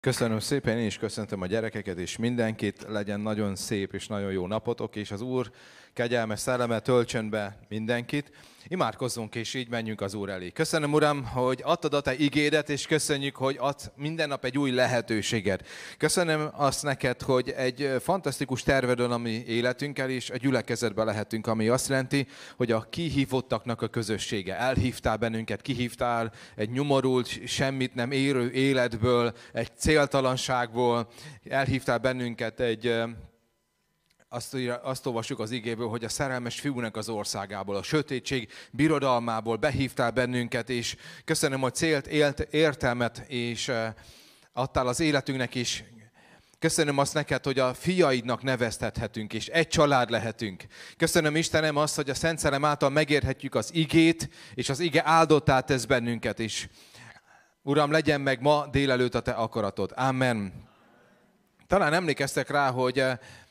Köszönöm szépen, én is köszöntöm a gyerekeket és mindenkit, legyen nagyon szép és nagyon jó napotok, és az Úr kegyelmes szelleme töltsön be mindenkit. Imádkozzunk, és így menjünk az Úr elé. Köszönöm, Uram, hogy adtad a Te igédet, és köszönjük, hogy ad minden nap egy új lehetőséget. Köszönöm azt neked, hogy egy fantasztikus terved van a mi életünkkel, és a gyülekezetben lehetünk, ami azt jelenti, hogy a kihívottaknak a közössége. Elhívtál bennünket, kihívtál egy nyomorult, semmit nem érő életből, egy céltalanságból, elhívtál bennünket azt olvassuk az igéből, hogy a szerelmes fiúnak az országából, a sötétség birodalmából behívtál bennünket, és köszönöm, hogy célt, értelmet, és adtál az életünknek is. Köszönöm azt neked, hogy a fiaidnak neveztethetünk, és egy család lehetünk. Köszönöm, Istenem, azt, hogy a Szent Szellem által megérthetjük az igét, és az ige áldottá tesz bennünket is. Uram, legyen meg ma délelőtt a Te akaratod. Amen. Talán emlékeztek rá, hogy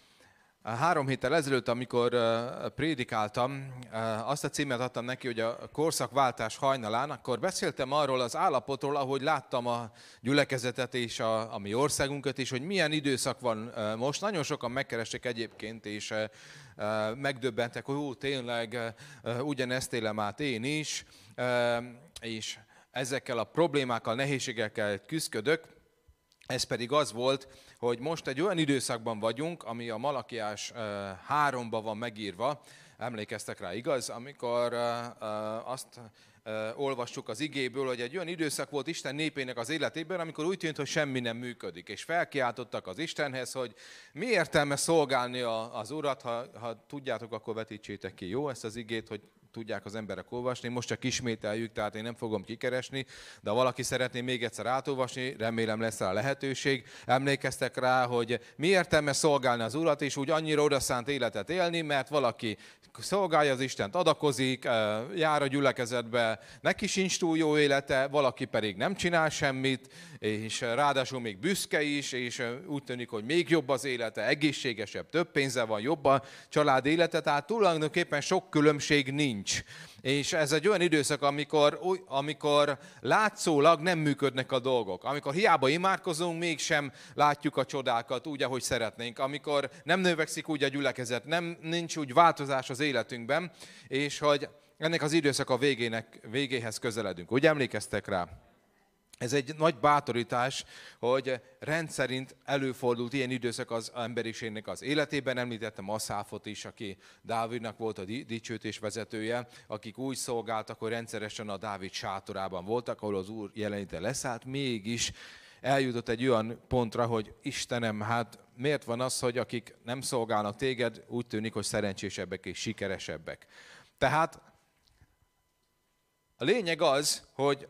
3 héttel ezelőtt, amikor prédikáltam, azt a címet adtam neki, hogy a korszakváltás hajnalán, akkor beszéltem arról az állapotról, ahogy láttam a gyülekezetet és a mi országunkat is, hogy milyen időszak van most. Nagyon sokan megkerestek egyébként, és megdöbbentek, hogy tényleg ugyanezt élem át én is, és ezekkel a problémákkal, nehézségekkel küzdködök. Ez pedig az volt, hogy most egy olyan időszakban vagyunk, ami a Malakiás 3-ban van megírva, emlékeztek rá, igaz? Amikor azt olvassuk az igéből, hogy egy olyan időszak volt Isten népének az életében, amikor úgy tűnt, hogy semmi nem működik, és felkiáltottak az Istenhez, hogy mi értelme szolgálni az Urat, ha tudjátok, akkor vetítsétek ki, jó, ezt az igét, hogy tudják az emberek olvasni. Most csak ismételjük, tehát én nem fogom kikeresni, de ha valaki szeretné még egyszer átolvasni, remélem lesz rá lehetőség. Emlékeztek rá, hogy mi értelme szolgálni az Urat, és úgy annyira odaszánt életet élni, mert valaki szolgálja az Istent, adakozik, jár a gyülekezetbe, neki sincs túl jó élete, valaki pedig nem csinál semmit, és ráadásul még büszke is, és úgy tűnik, hogy még jobb az élete, egészségesebb, több pénze van, jobb a család élete, tehát tulajdonképpen sok különbség nincs. És ez egy olyan időszak, amikor látszólag nem működnek a dolgok. Amikor hiába imádkozunk, mégsem látjuk a csodákat úgy, ahogy szeretnénk. Amikor nem növekszik úgy a gyülekezet, nincs úgy változás az életünkben, és hogy ennek az időszak a végéhez közeledünk. Úgy emlékeztek rá? Ez egy nagy bátorítás, hogy rendszerint előfordult ilyen időszak az emberiségnek az életében. Említettem Aszáfot is, aki Dávidnak volt a dicsőítés vezetője, akik úgy szolgáltak, hogy rendszeresen a Dávid sátorában voltak, ahol az Úr jelenléte leszállt, mégis eljutott egy olyan pontra, hogy Istenem, hát miért van az, hogy akik nem szolgálnak téged, úgy tűnik, hogy szerencsésebbek és sikeresebbek. Tehát a lényeg az, hogy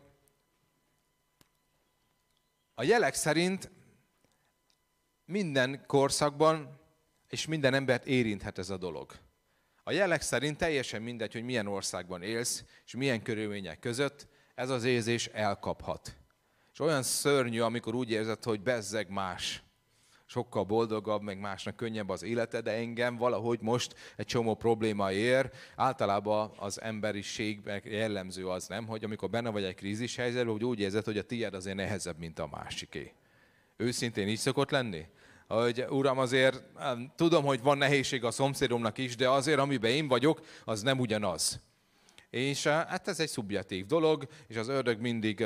a jelek szerint minden korszakban és minden embert érinthet ez a dolog. A jelek szerint teljesen mindegy, hogy milyen országban élsz, és milyen körülmények között, ez az érzés elkaphat. És olyan szörnyű, amikor úgy érzed, hogy bezzeg más. Sokkal boldogabb, meg másnak könnyebb az élete, de engem valahogy most egy csomó probléma ér. Általában az emberiség jellemző az, nem, hogy amikor benne vagy egy krízis helyzetben, hogy úgy érzed, hogy a tiéd azért nehezebb, mint a másiké. Őszintén így szokott lenni? Hogy Uram, azért tudom, hogy van nehézség a szomszédomnak is, de azért, amiben én vagyok, az nem ugyanaz. És hát ez egy szubjektív dolog, és az ördög mindig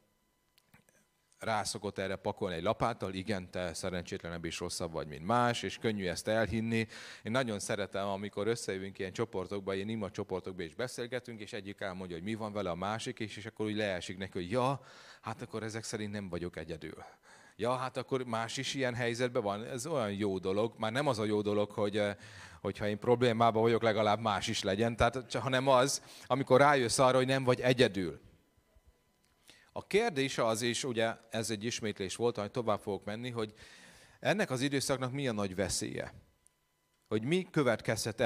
rá szokott erre pakolni egy lapáttal, igen, te szerencsétlenebb és rosszabb vagy, mint más, és könnyű ezt elhinni. Én nagyon szeretem, amikor összejövünk ilyen csoportokba, ilyen ima csoportokba is beszélgetünk, és egyik elmondja, hogy mi van vele a másik, és akkor úgy leesik neki, hogy ja, hát akkor ezek szerint nem vagyok egyedül. Ja, hát akkor más is ilyen helyzetben van. Ez olyan jó dolog. Már nem az a jó dolog, hogyha én problémában vagyok, legalább más is legyen, tehát, hanem az, amikor rájössz arra, hogy nem vagy egyedül. A kérdés az, és ugye ez egy ismétlés volt, hogy tovább fogok menni, hogy ennek az időszaknak mi a nagy veszélye? Hogy mi következhet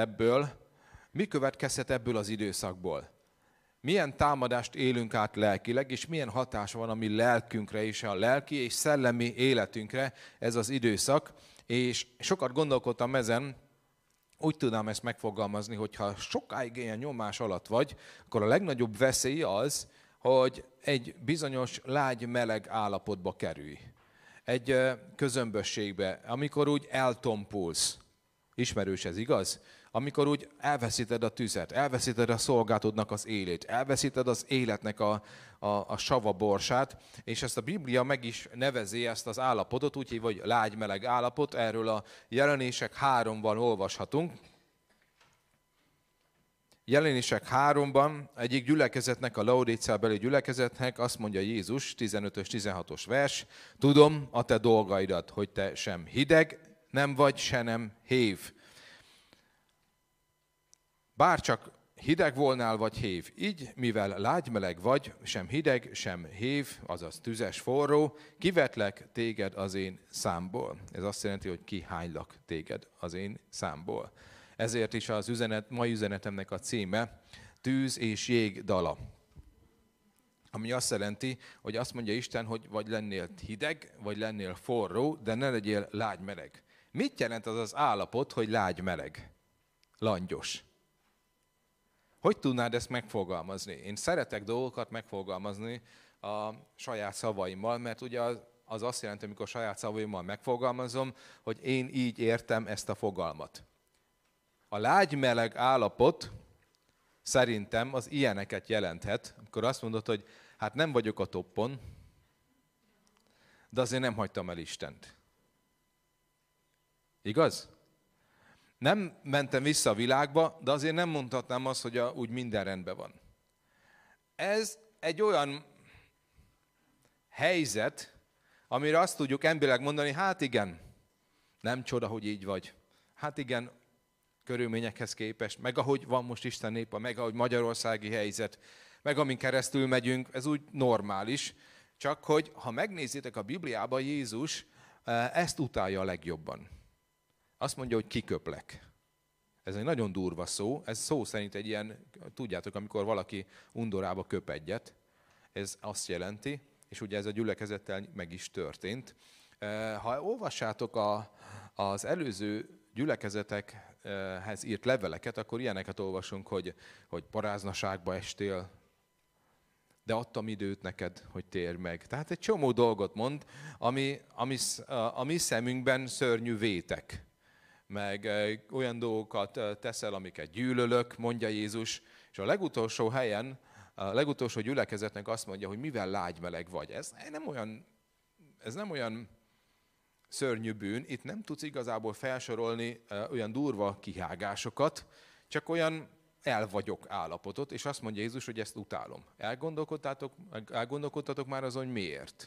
ebből az időszakból? Milyen támadást élünk át lelkileg, és milyen hatása van a mi lelkünkre és a lelki és szellemi életünkre ez az időszak. És sokat gondolkodtam ezen, úgy tudnám ezt megfogalmazni, hogy ha sokáig ilyen nyomás alatt vagy, akkor a legnagyobb veszély az, hogy egy bizonyos lágy-meleg állapotba kerülj. egy közömbösségbe, amikor úgy eltompulsz. Ismerős ez, igaz? Amikor úgy elveszíted a tüzet, elveszíted a szolgátodnak az élét, elveszíted az életnek a savaborsát, és ezt a Biblia meg is nevezi ezt az állapotot, úgy hívja, hogy lágy-meleg állapot, erről a Jelenések 3-ban olvashatunk. Jelenések 3-ban egyik gyülekezetnek, a Laodicea-beli gyülekezetnek azt mondja Jézus, 15-ös, 16-os vers, tudom a te dolgaidat, hogy te sem hideg nem vagy, se nem hév. Bárcsak hideg volnál, vagy hév. Így, mivel lágy-meleg vagy, sem hideg, sem hév, azaz tüzes, forró, kivetlek téged az én számból. Ez azt jelenti, hogy kihánylak téged az én számból. Ezért is az mai üzenetemnek a címe Tűz és jég dala. Ami azt jelenti, hogy azt mondja Isten, hogy vagy lennél hideg, vagy lennél forró, de ne legyél lágy-meleg. Mit jelent az az állapot, hogy lágy-meleg? Langyos. Hogy tudnád ezt megfogalmazni? Én szeretek dolgokat megfogalmazni a saját szavaimmal, mert ugye az azt jelenti, amikor saját szavaimmal megfogalmazom, hogy én így értem ezt a fogalmat. A lágy-meleg állapot szerintem az ilyeneket jelenthet, amikor azt mondod, hogy hát nem vagyok a toppon, de azért nem hagytam el Istent. Igaz? Nem mentem vissza a világba, de azért nem mondhatnám azt, hogy úgy minden rendben van. Ez egy olyan helyzet, amire azt tudjuk emberileg mondani, hát igen, nem csoda, hogy így vagy. Hát igen, körülményekhez képest, meg ahogy van most Isten népe, meg ahogy magyarországi helyzet, meg amin keresztül megyünk, ez úgy normális. Csak hogy, ha megnézitek a Bibliában, Jézus ezt utálja a legjobban. Azt mondja, hogy kiköplek. Ez egy nagyon durva szó, ez szó szerint egy ilyen, tudjátok, amikor valaki undorába köp egyet, ez azt jelenti, és ugye ez a gyülekezettel meg is történt. Ha olvassátok az előző gyülekezetekhez írt leveleket, akkor ilyeneket olvasunk, hogy paráznaságba estél, de adtam időt neked, hogy térj meg. Tehát egy csomó dolgot mond, ami a mi szemünkben szörnyű vétek. Meg olyan dolgokat teszel, amiket gyűlölök, mondja Jézus, és a legutolsó helyen, a legutolsó gyülekezetnek azt mondja, hogy mivel lágy-meleg vagy. Ez nem olyan szörnyű bűn, itt nem tudsz igazából felsorolni olyan durva kihágásokat, csak olyan elvagyok állapotot, és azt mondja Jézus, hogy ezt utálom. Elgondolkodtatok már azon, hogy miért?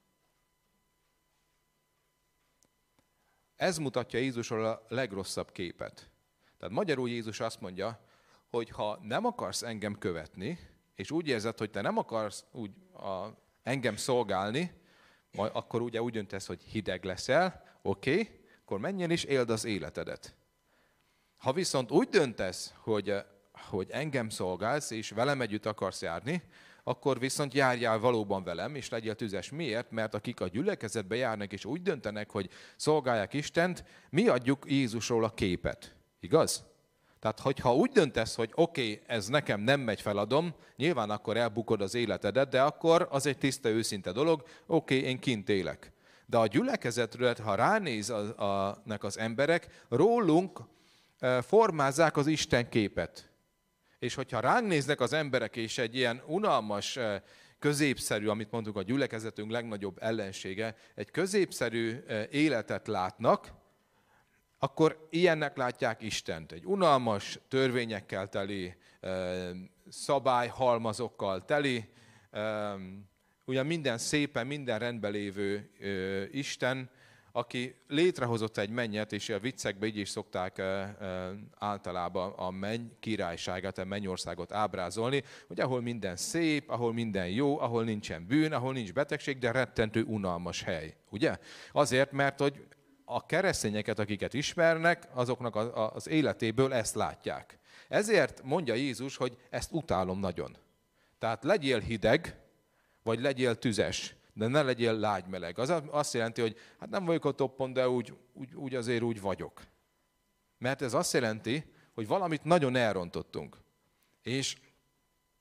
Ez mutatja Jézusról a legrosszabb képet. Tehát magyarul Jézus azt mondja, hogy ha nem akarsz engem követni, és úgy érzed, hogy te nem akarsz engem szolgálni, akkor ugye úgy döntesz, hogy hideg leszel, oké, akkor menjen és éld az életedet. Ha viszont úgy döntesz, hogy engem szolgálsz, és velem együtt akarsz járni, akkor viszont járjál valóban velem, és legyél tüzes. Miért? Mert akik a gyülekezetbe járnak, és úgy döntenek, hogy szolgálják Istent, mi adjuk Jézusról a képet. Igaz? Tehát, hogyha úgy döntesz, hogy oké, ez nekem nem megy, feladom, nyilván akkor elbukod az életedet, de akkor az egy tiszta, őszinte dolog, oké, én kint élek. De a gyülekezetről, ha ránéznek az emberek, rólunk formázzák az Isten képet. És hogyha ránk néznek az emberek, és egy ilyen unalmas, középszerű, amit mondtuk a gyülekezetünk legnagyobb ellensége, egy középszerű életet látnak, akkor ilyennek látják Istent. Egy unalmas, törvényekkel teli, szabályhalmazokkal teli, ugyan minden szépen, minden rendben lévő Isten, aki létrehozott egy mennyet, és a viccekben így is szokták általában a menny királyságát, a mennyországot ábrázolni, hogy ahol minden szép, ahol minden jó, ahol nincsen bűn, ahol nincs betegség, de rettentő unalmas hely. Ugye? Azért, mert hogy a keresztényeket, akiket ismernek, azoknak az életéből ezt látják. Ezért mondja Jézus, hogy ezt utálom nagyon. Tehát legyél hideg, vagy legyél tüzes, de ne legyél lágy-meleg. Az azt jelenti, hogy hát nem vagyok a toppon, de úgy azért úgy vagyok. Mert ez azt jelenti, hogy valamit nagyon elrontottunk. És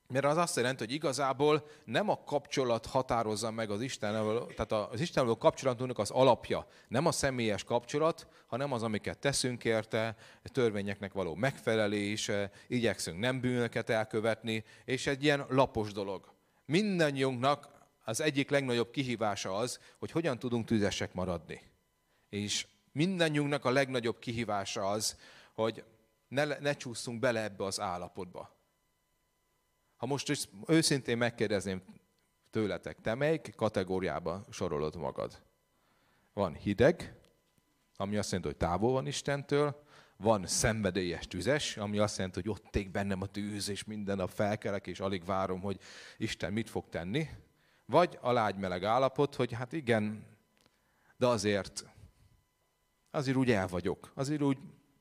Mert az azt jelenti, hogy igazából nem a kapcsolat határozza meg az Istennel, tehát az Istennel kapcsolatunknak az alapja. Nem a személyes kapcsolat, hanem az, amiket teszünk érte, törvényeknek való megfelelés, igyekszünk nem bűnöket elkövetni, és egy ilyen lapos dolog. Mindannyiunknak az egyik legnagyobb kihívása az, hogy hogyan tudunk tüzesek maradni. És mindannyiunknak a legnagyobb kihívása az, hogy ne csúszunk bele ebbe az állapotba. Ha most is őszintén megkérdezném tőletek, te melyik kategóriába sorolod magad? Van hideg, ami azt jelenti, hogy távol van Istentől, van szenvedélyes tüzes, ami azt jelenti, hogy ott ég bennem a tűz, és minden nap felkelek, és alig várom, hogy Isten mit fog tenni. Vagy a lágymeleg állapot, hogy hát igen, de azért úgy el vagyok, azért úgy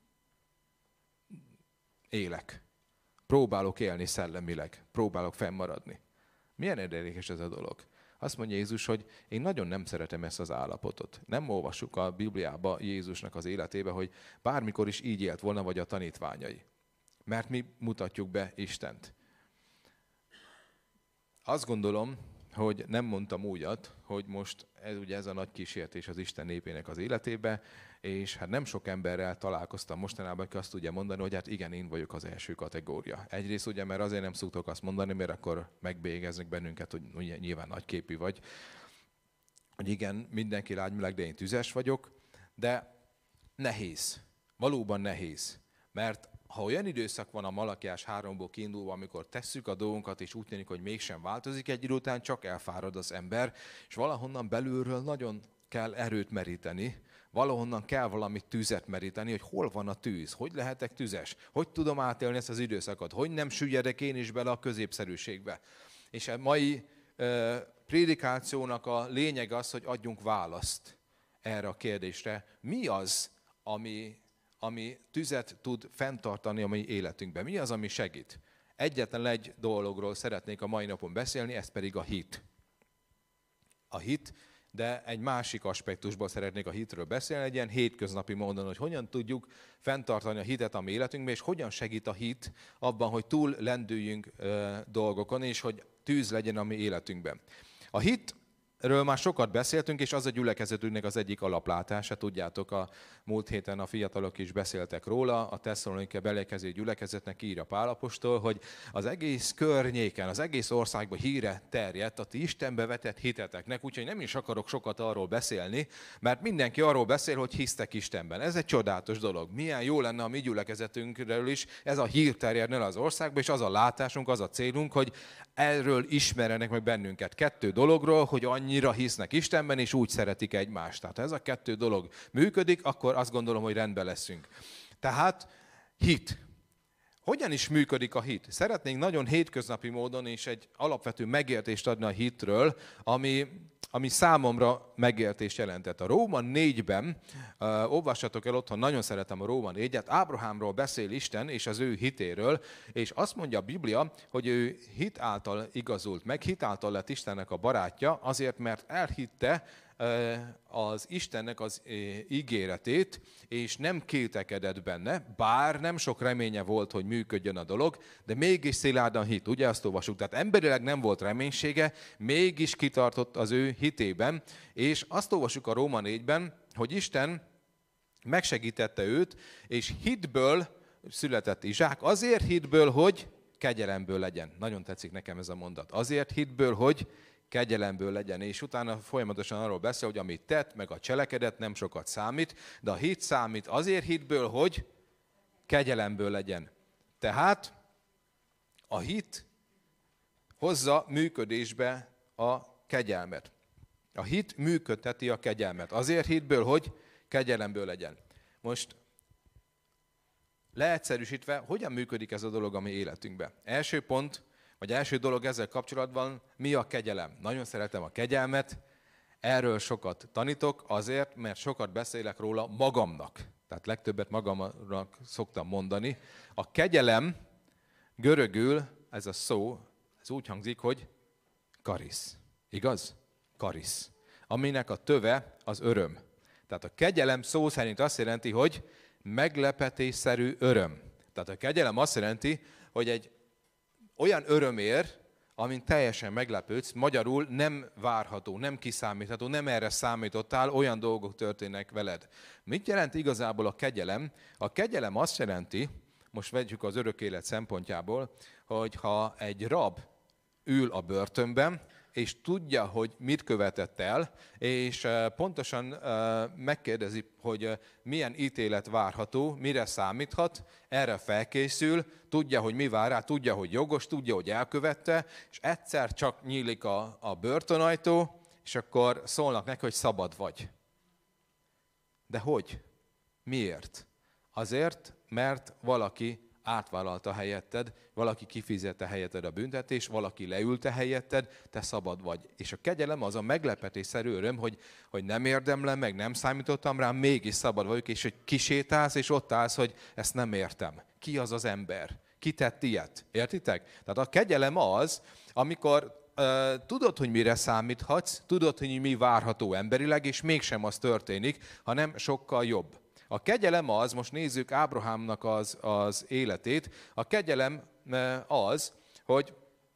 élek. Próbálok élni szellemileg, próbálok fennmaradni. Milyen érdekes ez a dolog? Azt mondja Jézus, hogy én nagyon nem szeretem ezt az állapotot. Nem olvassuk a Bibliába Jézusnak az életébe, hogy bármikor is így élt volna, vagy a tanítványai. Mert mi mutatjuk be Istent. Azt gondolom, hogy nem mondtam újat, hogy most ez a nagy kísértés az Isten népének az életébe, és hát nem sok emberrel találkoztam mostanában, aki azt tudja mondani, hogy hát igen, én vagyok az első kategória. Egyrészt ugye, mert azért nem szoktok azt mondani, mert akkor megbélyegeznek bennünket, hogy nyilván nagyképű vagy, hogy igen, mindenki lágymeleg, de én tüzes vagyok, de nehéz, valóban nehéz, mert ha olyan időszak van a Malakiás 3-ból kiindulva, amikor tesszük a dolgunkat, és úgy tűnik, hogy mégsem változik, egy idő után csak elfárad az ember, és valahonnan belülről nagyon kell erőt meríteni, valahonnan kell valamit tüzet meríteni, hogy hol van a tűz, hogy lehetek tüzes, hogy tudom átélni ezt az időszakot, hogy nem süllyedek én is bele a középszerűségbe. És a mai prédikációnak a lényeg az, hogy adjunk választ erre a kérdésre. Mi az, ami tüzet tud fenntartani a mi életünkben? Mi az, ami segít? Egyetlen egy dologról szeretnék a mai napon beszélni, ez pedig a hit. A hit, de egy másik aspektusból szeretnék a hitről beszélni, egy ilyen hétköznapi módon, hogy hogyan tudjuk fenntartani a hitet a mi életünkben, és hogyan segít a hit abban, hogy túl lendüljünk dolgokon, és hogy tűz legyen a mi életünkben. A hitről már sokat beszéltünk, és az a gyülekezetünknek az egyik alaplátása. Tudjátok, a múlt héten a fiatalok is beszéltek róla, a Tesszalonike belékező gyülekezetnek ír a Pál apostol, hogy az egész környéken, az egész országban híre terjedt a ti Istenbe vetett hiteteknek, úgyhogy nem is akarok sokat arról beszélni, mert mindenki arról beszél, hogy hisztek Istenben. Ez egy csodálatos dolog. Milyen jó lenne a mi gyülekezetünkről is ez a hír terjedne az országba, és az a látásunk, az a célunk, hogy erről ismerjenek meg bennünket. 2 dologról, hogy annyira hisznek Istenben, és úgy szeretik egymást. Tehát ha ez a 2 dolog működik, akkor azt gondolom, hogy rendben leszünk. Tehát hit. Hogyan is működik a hit? Szeretnénk nagyon hétköznapi módon és egy alapvető megértést adni a hitről, ami számomra megértést jelentett. A Róma 4-ben, olvassatok el otthon, nagyon szeretem a Róma 4-et, Ábrahámról beszél Isten és az ő hitéről, és azt mondja a Biblia, hogy ő hit által igazult meg, hit által lett Istennek a barátja, azért, mert elhitte az Istennek az ígéretét, és nem kételkedett benne, bár nem sok reménye volt, hogy működjön a dolog, de mégis szilárdan hit, ugye azt olvasjuk. Tehát emberileg nem volt reménysége, mégis kitartott az ő hitében, és azt olvasjuk a Róma 4-ben, hogy Isten megsegítette őt, és hitből született Izsák, azért hitből, hogy kegyelemből legyen. Nagyon tetszik nekem ez a mondat. Azért hitből, hogy kegyelemből legyen, és utána folyamatosan arról beszél, hogy amit tett, meg a cselekedet nem sokat számít, de a hit számít azért hitből, hogy kegyelemből legyen. Tehát a hit hozza működésbe a kegyelmet. A hit működteti a kegyelmet. Azért hitből, hogy kegyelemből legyen. Most leegyszerűsítve, hogyan működik ez a dolog a mi életünkben? Első pont, vagy első dolog ezzel kapcsolatban, mi a kegyelem? Nagyon szeretem a kegyelmet, erről sokat tanítok, azért, mert sokat beszélek róla magamnak. Tehát legtöbbet magamnak szoktam mondani. A kegyelem görögül, ez a szó, ez úgy hangzik, hogy karisz. Igaz? Karisz. Aminek a töve az öröm. Tehát a kegyelem szó szerint azt jelenti, hogy meglepetésszerű öröm. Tehát a kegyelem azt jelenti, hogy egy olyan örömért, amin teljesen meglepődsz, magyarul nem várható, nem kiszámítható, nem erre számítottál, olyan dolgok történnek veled. Mit jelent igazából a kegyelem? A kegyelem azt jelenti, most vegyük az örök élet szempontjából, hogy ha egy rab ül a börtönben, és tudja, hogy mit követett el, és pontosan megkérdezi, hogy milyen ítélet várható, mire számíthat, erre felkészül, tudja, hogy mi vár rá, tudja, hogy jogos, tudja, hogy elkövette, és egyszer csak nyílik a börtönajtó, és akkor szólnak neki, hogy szabad vagy. De hogy? Miért? Azért, mert valaki átvállalta helyetted, valaki kifizette helyetted a büntetést, valaki leülte helyetted, te szabad vagy. És a kegyelem az a meglepetésszerű öröm, hogy nem érdemlem meg, nem számítottam rá, mégis szabad vagyok, és hogy kisétálsz, és ott állsz, hogy ezt nem értem. Ki az az ember? Ki tett ilyet? Értitek? Tehát a kegyelem az, amikor tudod, hogy mire számíthatsz, tudod, hogy mi várható emberileg, és mégsem az történik, hanem sokkal jobb. A kegyelem az, most nézzük Ábrahámnak az életét, a kegyelem az, hogy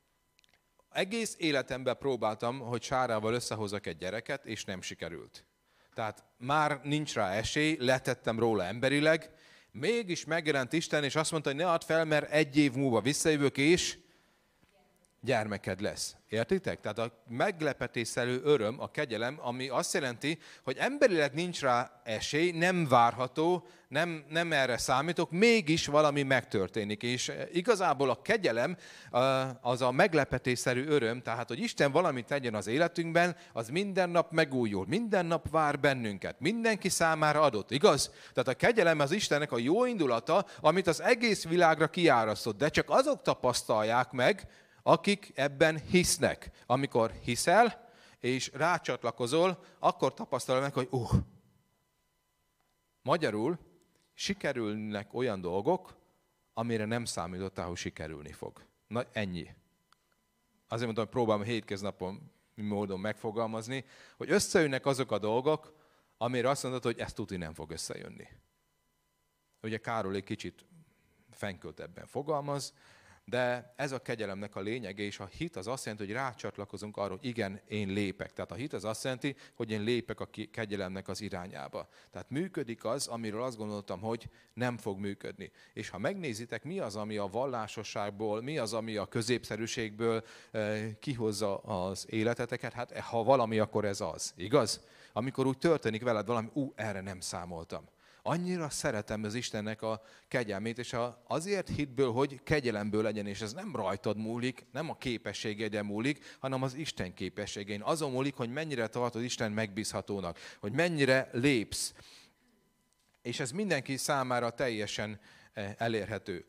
egész életemben próbáltam, hogy Sárával összehozzak egy gyereket, és nem sikerült. Tehát már nincs rá esély, letettem róla emberileg, mégis megjelent Isten, és azt mondta, hogy ne add fel, mert 1 év múlva visszajövök, és gyermeked lesz. Értitek? Tehát a meglepetésszerű öröm, a kegyelem, ami azt jelenti, hogy emberileg nincs rá esély, nem várható, nem erre számítok, mégis valami megtörténik. És igazából a kegyelem az a meglepetésszerű öröm, tehát hogy Isten valamit tegyen az életünkben, az minden nap megújul, minden nap vár bennünket, mindenki számára adott, igaz? Tehát a kegyelem az Istennek a jó indulata, amit az egész világra kiárasztott, de csak azok tapasztalják meg, akik ebben hisznek. Amikor hiszel, és rácsatlakozol, akkor tapasztalod meg, hogy magyarul sikerülnek olyan dolgok, amire nem számítottál, hogy sikerülni fog. Na, ennyi. Azért mondtam, hogy próbálom hétköznapon módon megfogalmazni, hogy összejönnek azok a dolgok, amire azt mondod, hogy ez tuti nem fog összejönni. Ugye Károly egy kicsit fenköltebben fogalmaz, de ez a kegyelemnek a lényege, és a hit az azt jelenti, hogy rácsatlakozunk arra, hogy igen, én lépek. Tehát a hit az azt jelenti, hogy én lépek a kegyelemnek az irányába. Tehát működik az, amiről azt gondoltam, hogy nem fog működni. És ha megnézitek, mi az, ami a vallásosságból, mi az, ami a középszerűségből kihozza az életeteket, hát ha valami, akkor ez az. Igaz? Amikor úgy történik veled valami, erre nem számoltam. Annyira szeretem az Istennek a kegyelmét, és azért hitből, hogy kegyelemből legyen, és ez nem rajtad múlik, nem a képességeiden múlik, hanem az Isten képességein. Azon múlik, hogy mennyire tartod Isten megbízhatónak, hogy mennyire lépsz. És ez mindenki számára teljesen elérhető.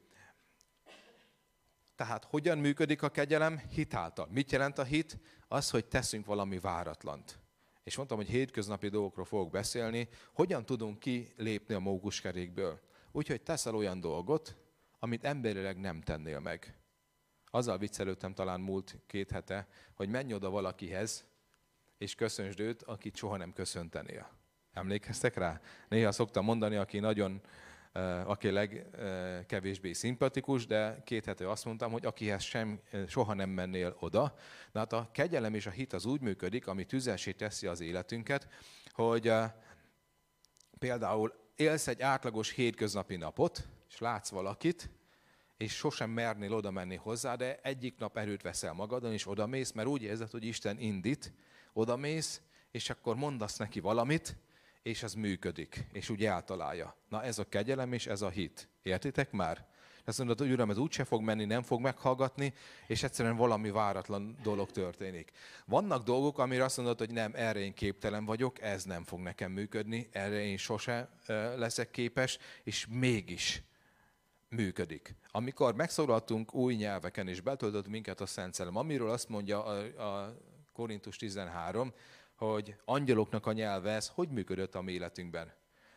Tehát hogyan működik a kegyelem? Hit által. Mit jelent a hit? Az, hogy teszünk valami váratlant. És mondtam, hogy hétköznapi dolgokról fogok beszélni, hogyan tudunk kilépni a mókuskerékből. Úgyhogy teszel olyan dolgot, amit emberileg nem tennél meg. Azzal viccelődtem talán múlt 2 hete, hogy menj oda valakihez, és köszönsd őt, akit soha nem köszöntenél. Emlékeztek rá? Néha szoktam mondani, aki legkevésbé szimpatikus, de 2 hete azt mondtam, hogy akihez soha nem mennél oda. De hát a kegyelem és a hit az úgy működik, ami tüzessé teszi az életünket, hogy például élsz egy átlagos hétköznapi napot, és látsz valakit, és sosem mernél oda menni hozzá, de egyik nap erőt veszel magadon, és odamész, mert úgy érzed, hogy Isten indít, odamész, és akkor mondasz neki valamit, és az működik, és úgy eltalálja. Na ez a kegyelem, és ez a hit. Értitek már? Azt mondod, hogy Uram, ez úgyse fog menni, nem fog meghallgatni, és egyszerűen valami váratlan dolog történik. Vannak dolgok, amire azt mondod, hogy nem, erre én képtelen vagyok, ez nem fog nekem működni, erre én sose leszek képes, és mégis működik. Amikor megszólaltunk új nyelveken, és betöltött minket a Szent Szellem, amiről azt mondja a Korintus 13, hogy angyaloknak a nyelve ez, hogy működött a mi életünkben?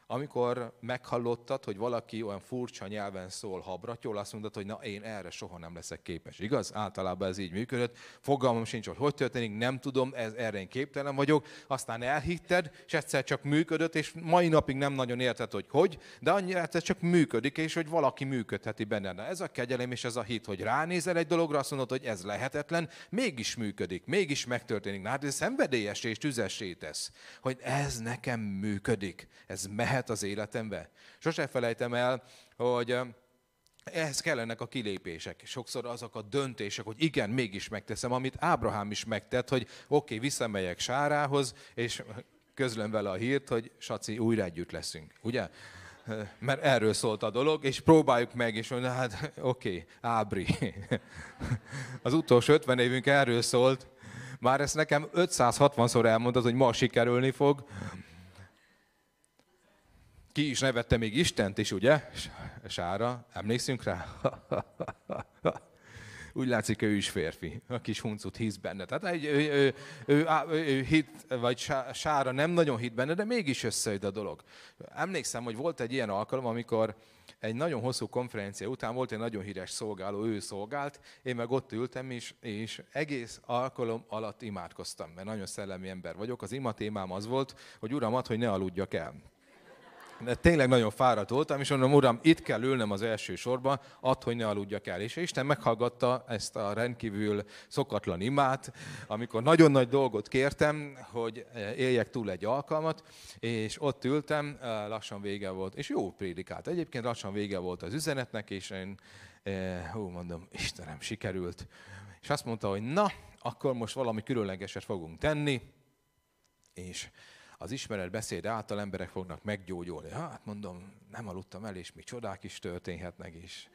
Amikor meghallottad, hogy valaki olyan furcsa nyelven szól habratyol, azt mondod, hogy na én erre soha nem leszek képes. Igaz? Általában ez így működött. Fogalmam sincs, hogy történik, nem tudom, erre én képtelen vagyok. Aztán elhitted, és egyszer csak működött, és mai napig nem nagyon érted, hogy, de annyira egyszer csak működik, és hogy valaki működheti benned. Ez a kegyelem és ez a hit, hogy ránézel egy dologra, azt mondod, hogy ez lehetetlen, mégis működik, mégis megtörténik. Na hát ez szenvedélyes és tüzessé tesz, hogy ez nekem működik, ez mehet az életembe. Sose felejtem el, hogy ehhez kellenek a kilépések. Sokszor azok a döntések, hogy igen, mégis megteszem, amit Ábrahám is megtett, hogy oké, visszamegyek Sárához, és közlöm vele a hírt, hogy Saci, újra együtt leszünk. Ugye? Mert erről szólt a dolog, és próbáljuk meg, és mondja, hát oké, Ábri. Az utolsó 50 évünk erről szólt. Már ezt nekem 560-szor elmondod, hogy ma sikerülni fog. Ki is nevette még Istent is, ugye? Sára, emlékszünk rá? Úgy látszik, ő is férfi. A kis huncut hisz benne. Tehát ő hit, vagy Sára nem nagyon hit benne, de mégis összejött a dolog. Emlékszem, hogy volt egy ilyen alkalom, amikor egy nagyon hosszú konferencia után volt egy nagyon híres szolgáló, ő szolgált, én meg ott ültem is, és egész alkalom alatt imádkoztam, mert nagyon szellemi ember vagyok. Az ima témám az volt, hogy Uram, add, hogy ne aludjak el. De tényleg nagyon fáradt voltam, és mondom, Uram, itt kell ülnem az első sorba, add, hogy ne aludjak el. És Isten meghallgatta ezt a rendkívül szokatlan imát, amikor nagyon nagy dolgot kértem, hogy éljek túl egy alkalmat, és ott ültem, lassan vége volt, és jó prédikált. Egyébként lassan vége volt az üzenetnek, és én, mondom, Istenem, sikerült. És azt mondta, hogy na, akkor most valami különlegeset fogunk tenni, és az ismeretbeszéd által emberek fognak meggyógyulni. Hát mondom, nem aludtam el, és mi csodák is történhetnek is.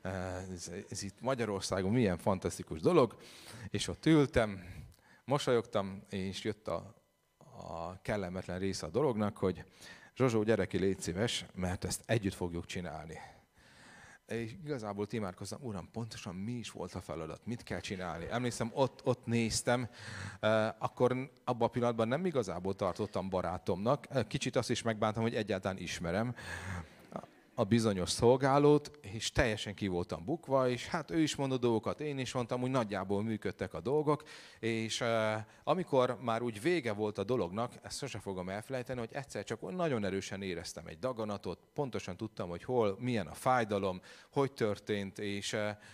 Ez itt Magyarországon milyen fantasztikus dolog. És ott ültem, mosolyogtam, és jött a kellemetlen része a dolognak, hogy Zsozsó, gyere ki, légy szíves, mert ezt együtt fogjuk csinálni. És igazából imádkoztam, Uram, pontosan mi is volt a feladat, mit kell csinálni. Emlékszem, ott néztem, akkor abban a pillanatban nem igazából tartottam barátomnak, kicsit azt is megbántam, hogy egyáltalán ismerem a bizonyos szolgálót, és teljesen ki voltam bukva, és hát ő is mondott dolgokat, én is mondtam, úgy nagyjából működtek a dolgok, és amikor már úgy vége volt a dolognak, ezt sose fogom elfelejteni, hogy egyszer csak nagyon erősen éreztem egy daganatot, pontosan tudtam, hogy hol, milyen a fájdalom, hogy történt, és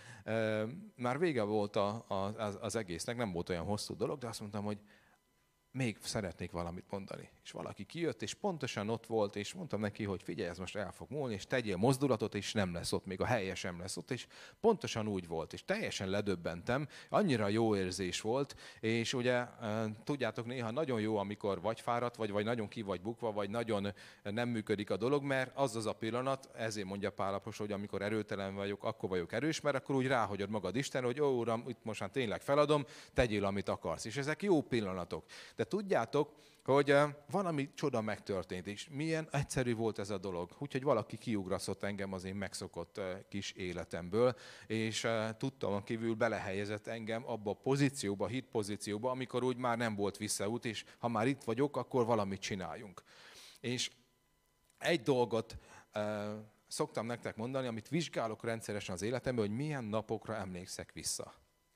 már vége volt az egésznek, nem volt olyan hosszú dolog, de azt mondtam, hogy még szeretnék valamit mondani. És valaki kijött, és pontosan ott volt, és mondtam neki, hogy figyelj, ez most el fog múlni, és tegyél mozdulatot, és nem lesz ott, még a helye sem lesz ott, és pontosan úgy volt, és teljesen ledöbbentem, annyira jó érzés volt, és ugye tudjátok, néha nagyon jó, amikor vagy fáradt, vagy nagyon ki vagy bukva, vagy nagyon nem működik a dolog, mert az a pillanat, ezért mondja Pál apostol, hogy amikor erőtelen vagyok, akkor vagyok erős, mert akkor úgy ráhagyod magad Istenre, hogy ó, Uram, itt most már tényleg feladom, tegyél, amit akarsz. És ezek jó pillanatok. De tudjátok, hogy valami csoda megtörtént, és milyen egyszerű volt ez a dolog. Úgyhogy valaki kiugraszott engem az én megszokott kis életemből, és tudtam kívül belehelyezett engem abba a pozícióba, hit pozícióba, amikor úgy már nem volt visszaút, és ha már itt vagyok, akkor valamit csináljunk. És egy dolgot szoktam nektek mondani, amit vizsgálok rendszeresen az életemben, hogy milyen napokra emlékszek vissza.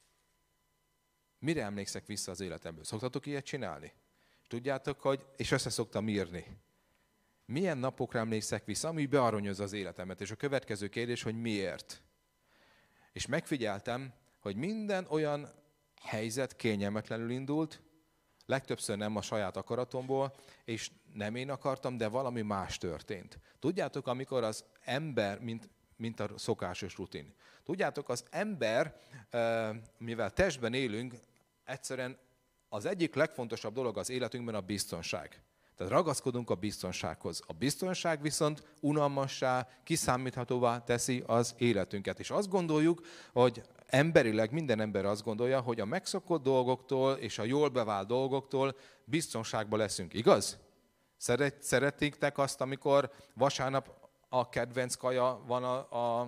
Mire emlékszek vissza az életemből? Szoktatok ilyet csinálni? Tudjátok, hogy, és össze szoktam írni. Milyen napokra emlékszek vissza, ami bearanyozza az életemet? És a következő kérdés, hogy miért? És megfigyeltem, hogy minden olyan helyzet kényelmetlenül indult, legtöbbször nem a saját akaratomból, és nem én akartam, de valami más történt. Tudjátok, amikor az ember, mint a szokásos rutin. Tudjátok, az ember, mivel testben élünk, egyszerűen az egyik legfontosabb dolog az életünkben a biztonság. Tehát ragaszkodunk a biztonsághoz. A biztonság viszont unalmassá, kiszámíthatóvá teszi az életünket. És azt gondoljuk, hogy emberileg minden ember azt gondolja, hogy a megszokott dolgoktól és a jól bevált dolgoktól biztonságban leszünk. Igaz? Szeretnétek azt, amikor vasárnap a kedvenc kaja van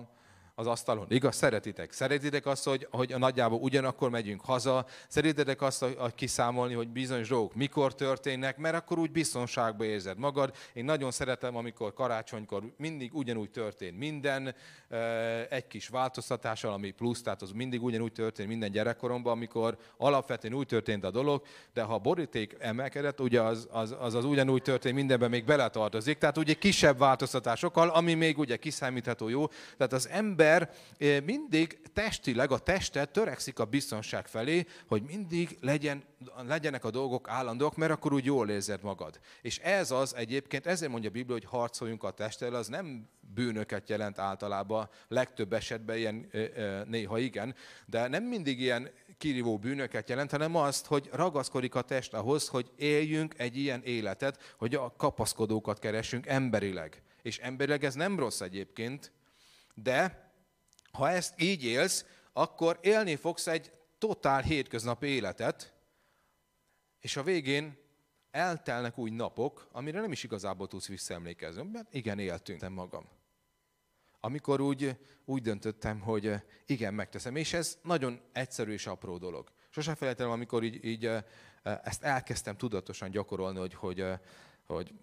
az asztalon. Igaz? Szeretitek. Szeretitek azt, hogy nagyjából ugyanakkor megyünk haza. Szeretitek azt, hogy kiszámolni, hogy bizonyos dolgok mikor történnek, mert akkor úgy biztonságban érzed magad. Én nagyon szeretem, amikor karácsonykor mindig ugyanúgy történt minden, egy kis változtatással, ami plusz, tehát az mindig ugyanúgy történt minden gyerekkoromban, amikor alapvetően úgy történt a dolog, de ha a boríték emelkedett, ugye az ugyanúgy történt, mindenben még beletartozik, tehát ugye kisebb változtatásokkal, ami még ugye kiszámítható jó. Tehát az ember mindig testileg, a teste törekszik a biztonság felé, hogy mindig legyenek a dolgok állandóak, mert akkor úgy jól érzed magad. És ez az egyébként, ezért mondja a Biblia, hogy harcoljunk a testtel, az nem bűnöket jelent általában, legtöbb esetben ilyen néha igen, de nem mindig ilyen kirívó bűnöket jelent, hanem azt, hogy ragaszkodik a test ahhoz, hogy éljünk egy ilyen életet, hogy a kapaszkodókat keresünk emberileg. És emberileg ez nem rossz egyébként, de ha ezt így élsz, akkor élni fogsz egy totál hétköznapi életet, és a végén eltelnek úgy napok, amire nem is igazából tudsz visszaemlékezni. Mert igen, éltünk magam. Amikor úgy döntöttem, hogy igen, megteszem. És ez nagyon egyszerű és apró dolog. Sosem felejtem, amikor így ezt elkezdtem tudatosan gyakorolni, hogy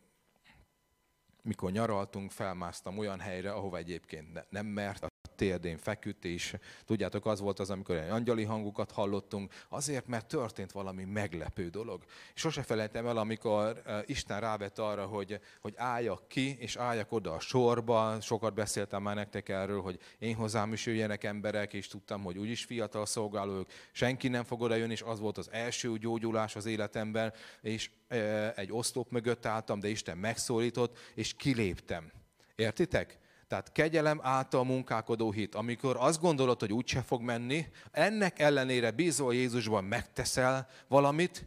mikor nyaraltunk, felmásztam olyan helyre, ahova egyébként nem mert, a térdén feküdt, és tudjátok, az volt az, amikor egy angyali hangokat hallottunk, azért, mert történt valami meglepő dolog. És sose felejtem el, amikor Isten rávett arra, hogy álljak ki, és álljak oda a sorba, sokat beszéltem már nektek erről, hogy én hozzám is jöjjenek emberek, és tudtam, hogy úgyis fiatal szolgálók, senki nem fog oda jönni, és az volt az első gyógyulás az életemben, és egy oszlop mögött álltam, de Isten megszólított, és kiléptem. Értitek? Tehát kegyelem által munkálkodó hit. Amikor azt gondolod, hogy úgyse fog menni, ennek ellenére bízol Jézusban, megteszel valamit,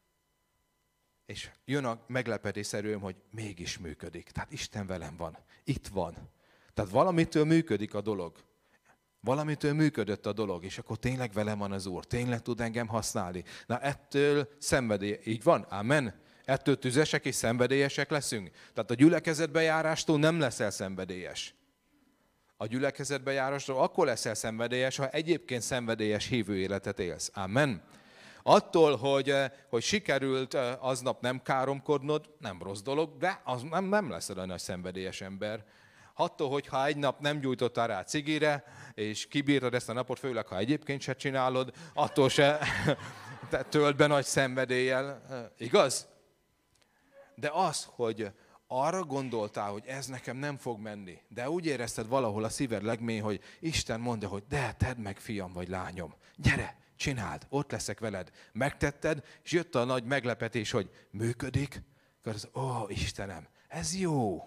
és jön a meglepetésszerűen, hogy mégis működik. Tehát Isten velem van. Itt van. Tehát valamitől működik a dolog. Valamitől működött a dolog, és akkor tényleg velem van az Úr. Tényleg tud engem használni. Na ettől szenvedély. Így van? Amen. Ettől tüzesek és szenvedélyesek leszünk. Tehát a gyülekezetbe járástól nem leszel szenvedélyes. A gyülekezetbe járástól akkor leszel szenvedélyes, ha egyébként szenvedélyes hívő életet élsz. Amen. Attól, hogy sikerült aznap nem káromkodnod, nem rossz dolog, de az nem leszel egy nagy szenvedélyes ember. Attól, hogyha egy nap nem gyújtottál rá cigire, és kibírtad ezt a napot, főleg ha egyébként se csinálod, attól se tölt be nagy szenvedéllyel. Igaz? De az, hogy arra gondoltál, hogy ez nekem nem fog menni, de úgy érezted valahol a szíved legmély, hogy Isten mondja, hogy de tedd meg, fiam vagy lányom, gyere, csináld, ott leszek veled. Megtetted, és jött a nagy meglepetés, hogy működik, akkor az, Istenem, ez jó.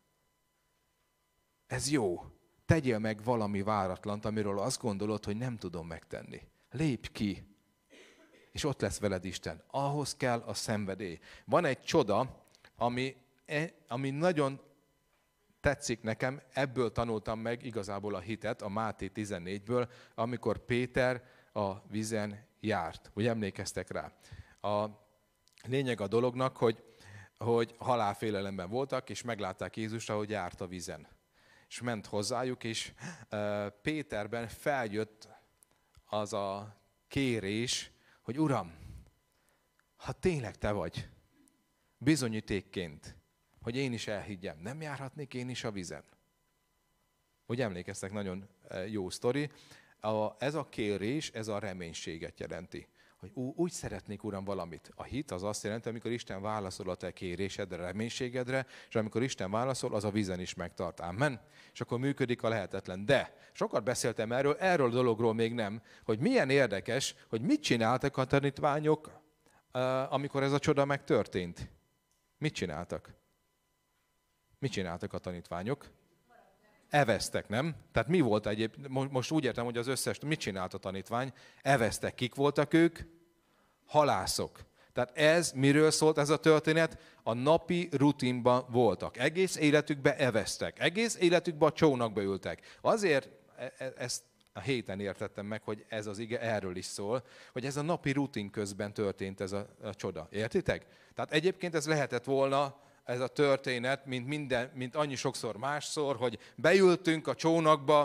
Ez jó. Tegyél meg valami váratlant, amiről azt gondolod, hogy nem tudom megtenni. Lépj ki, és ott lesz veled Isten. Ahhoz kell a szenvedély. Van egy csoda, ami nagyon tetszik nekem, ebből tanultam meg igazából a hitet, a Máté 14-ből, amikor Péter a vízen járt. Hogy emlékeztek rá? A lényeg a dolognak, hogy halálfélelemben voltak, és meglátták Jézust, ahogy járt a vízen. És ment hozzájuk, és Péterben feljött az a kérés, hogy Uram, ha tényleg te vagy, bizonyítékként, hogy én is elhiggyem, nem járhatnék én is a vízen? Úgy emlékeztek, nagyon jó sztori. Ez a kérés, ez a reménységet jelenti. Hogy úgy szeretnék, Uram, valamit. A hit az azt jelenti, amikor Isten válaszol a te kérésedre, reménységedre, és amikor Isten válaszol, az a vízen is megtart. Amen. És akkor működik a lehetetlen. De sokat beszéltem erről a dologról még nem, hogy milyen érdekes, hogy mit csináltak a tanítványok, amikor ez a csoda megtörtént. Mit csináltak? Mit csináltak a tanítványok? Eveztek, nem? Tehát mi volt egyébként? Most úgy értem, hogy az összes, mit csinált a tanítvány? Eveztek. Kik voltak ők? Halászok. Tehát ez miről szólt ez a történet? A napi rutinban voltak. Egész életükben eveztek. Egész életükben a csónakba ültek. Azért ezt a héten értettem meg, hogy ez az ige erről is szól, hogy ez a napi rutin közben történt ez a csoda. Értitek? Tehát egyébként ez lehetett volna ez a történet, mint annyi sokszor másszor, hogy beültünk a csónakba,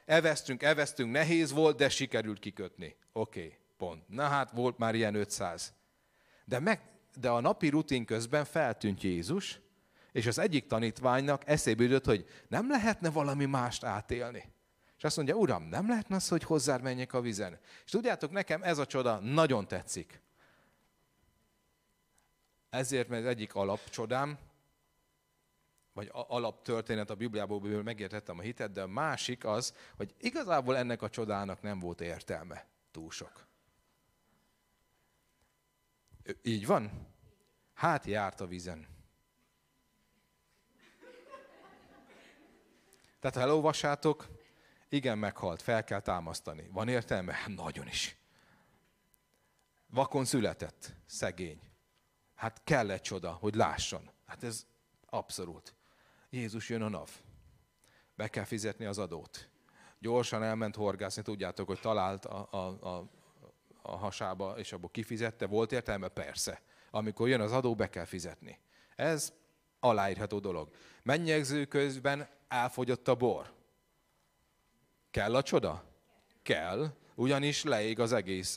Eveztünk, nehéz volt, de sikerült kikötni. Oké, pont. Na hát volt már ilyen 500. De a napi rutin közben feltűnt Jézus, és az egyik tanítványnak eszébe jutott, hogy nem lehetne valami mást átélni. És azt mondja, Uram, nem lehetne az, hogy hozzád menjek a vízen? És tudjátok, nekem ez a csoda nagyon tetszik. Ezért, mert az egyik alapcsodám, vagy alaptörténet a Bibliából, ből megértettem a hitet, de a másik az, hogy igazából ennek a csodának nem volt értelme túl sok. Így van? Hát járt a vízen. Tehát ha elolvassátok, igen, meghalt, fel kell támasztani. Van értelme? Hát nagyon is. Vakon született, szegény. Hát kell egy csoda, hogy lásson. Hát ez abszolút. Jézus jön a NAV. Be kell fizetni az adót. Gyorsan elment horgászni, tudjátok, hogy talált a hasába, és abból kifizette. Volt értelme? Persze. Amikor jön az adó, be kell fizetni. Ez aláírható dolog. Mennyegző közben elfogyott a bor. Kell a csoda? Kell. Ugyanis leég az egész,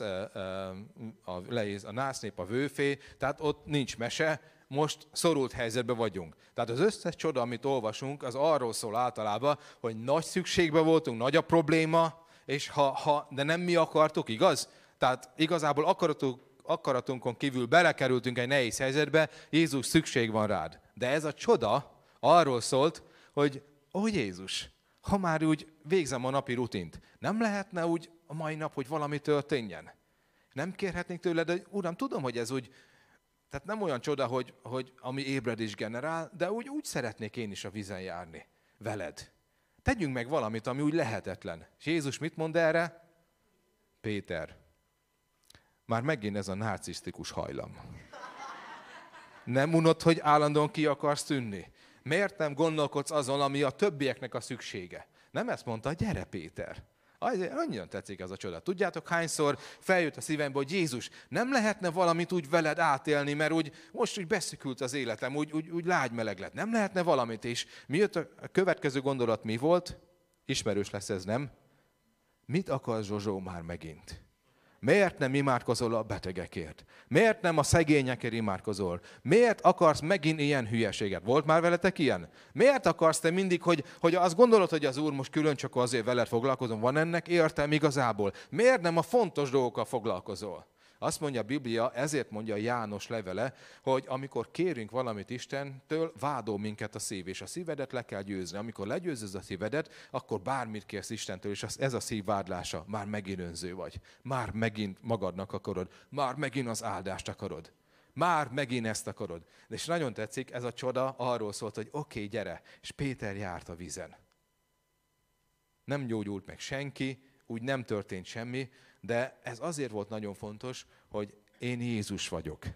a násznép, a vőfé, tehát ott nincs mese, most szorult helyzetben vagyunk. Tehát az összes csoda, amit olvasunk, az arról szól általában, hogy nagy szükségben voltunk, nagy a probléma, és de nem mi akartuk, igaz? Tehát igazából akaratunkon kívül belekerültünk egy nehéz helyzetbe, Jézus, szükség van rád. De ez a csoda arról szólt, hogy Jézus, ha már úgy végzem a napi rutint, nem lehetne úgy a mai nap, hogy valami történjen? Nem kérhetnénk tőled, hogy Uram, tudom, hogy ez úgy, tehát nem olyan csoda, hogy ami ébredés generál, de úgy szeretnék én is a vízen járni veled. Tegyünk meg valamit, ami úgy lehetetlen. És Jézus mit mond erre? Péter, már megint ez a narcisztikus hajlam. Nem unod, hogy állandóan ki akarsz tűnni? Miért nem gondolkodsz azon, ami a többieknek a szüksége? Nem ezt mondta, gyere Péter. Annyian tetszik ez a csoda. Tudjátok, hányszor feljött a szívembe, hogy Jézus, nem lehetne valamit úgy veled átélni, mert most úgy beszükült az életem, úgy lágymeleg lett. Nem lehetne valamit, és mi jött a következő gondolat, mi volt? Ismerős lesz ez, nem? Mit akarsz, Zsozsó, már megint? Miért nem imádkozol a betegekért? Miért nem a szegényekért imádkozol? Miért akarsz megint ilyen hülyeséget? Volt már veletek ilyen? Miért akarsz te mindig, hogy azt gondolod, hogy az Úr most külön csak azért veled foglalkozom? Van ennek értelme igazából? Miért nem a fontos dolgokkal foglalkozol? Azt mondja a Biblia, ezért mondja János levele, hogy amikor kérünk valamit Istentől, vádol minket a szív, és a szívedet le kell győzni. Amikor legyőzöd a szívedet, akkor bármit kérsz Istentől, és ez a szív vádlása, már megint önző vagy. Már megint magadnak akarod. Már megint az áldást akarod. Már megint ezt akarod. És nagyon tetszik, ez a csoda arról szólt, hogy oké, gyere, és Péter járt a vízen. Nem gyógyult meg senki, úgy nem történt semmi, de ez azért volt nagyon fontos, hogy én Jézus vagyok.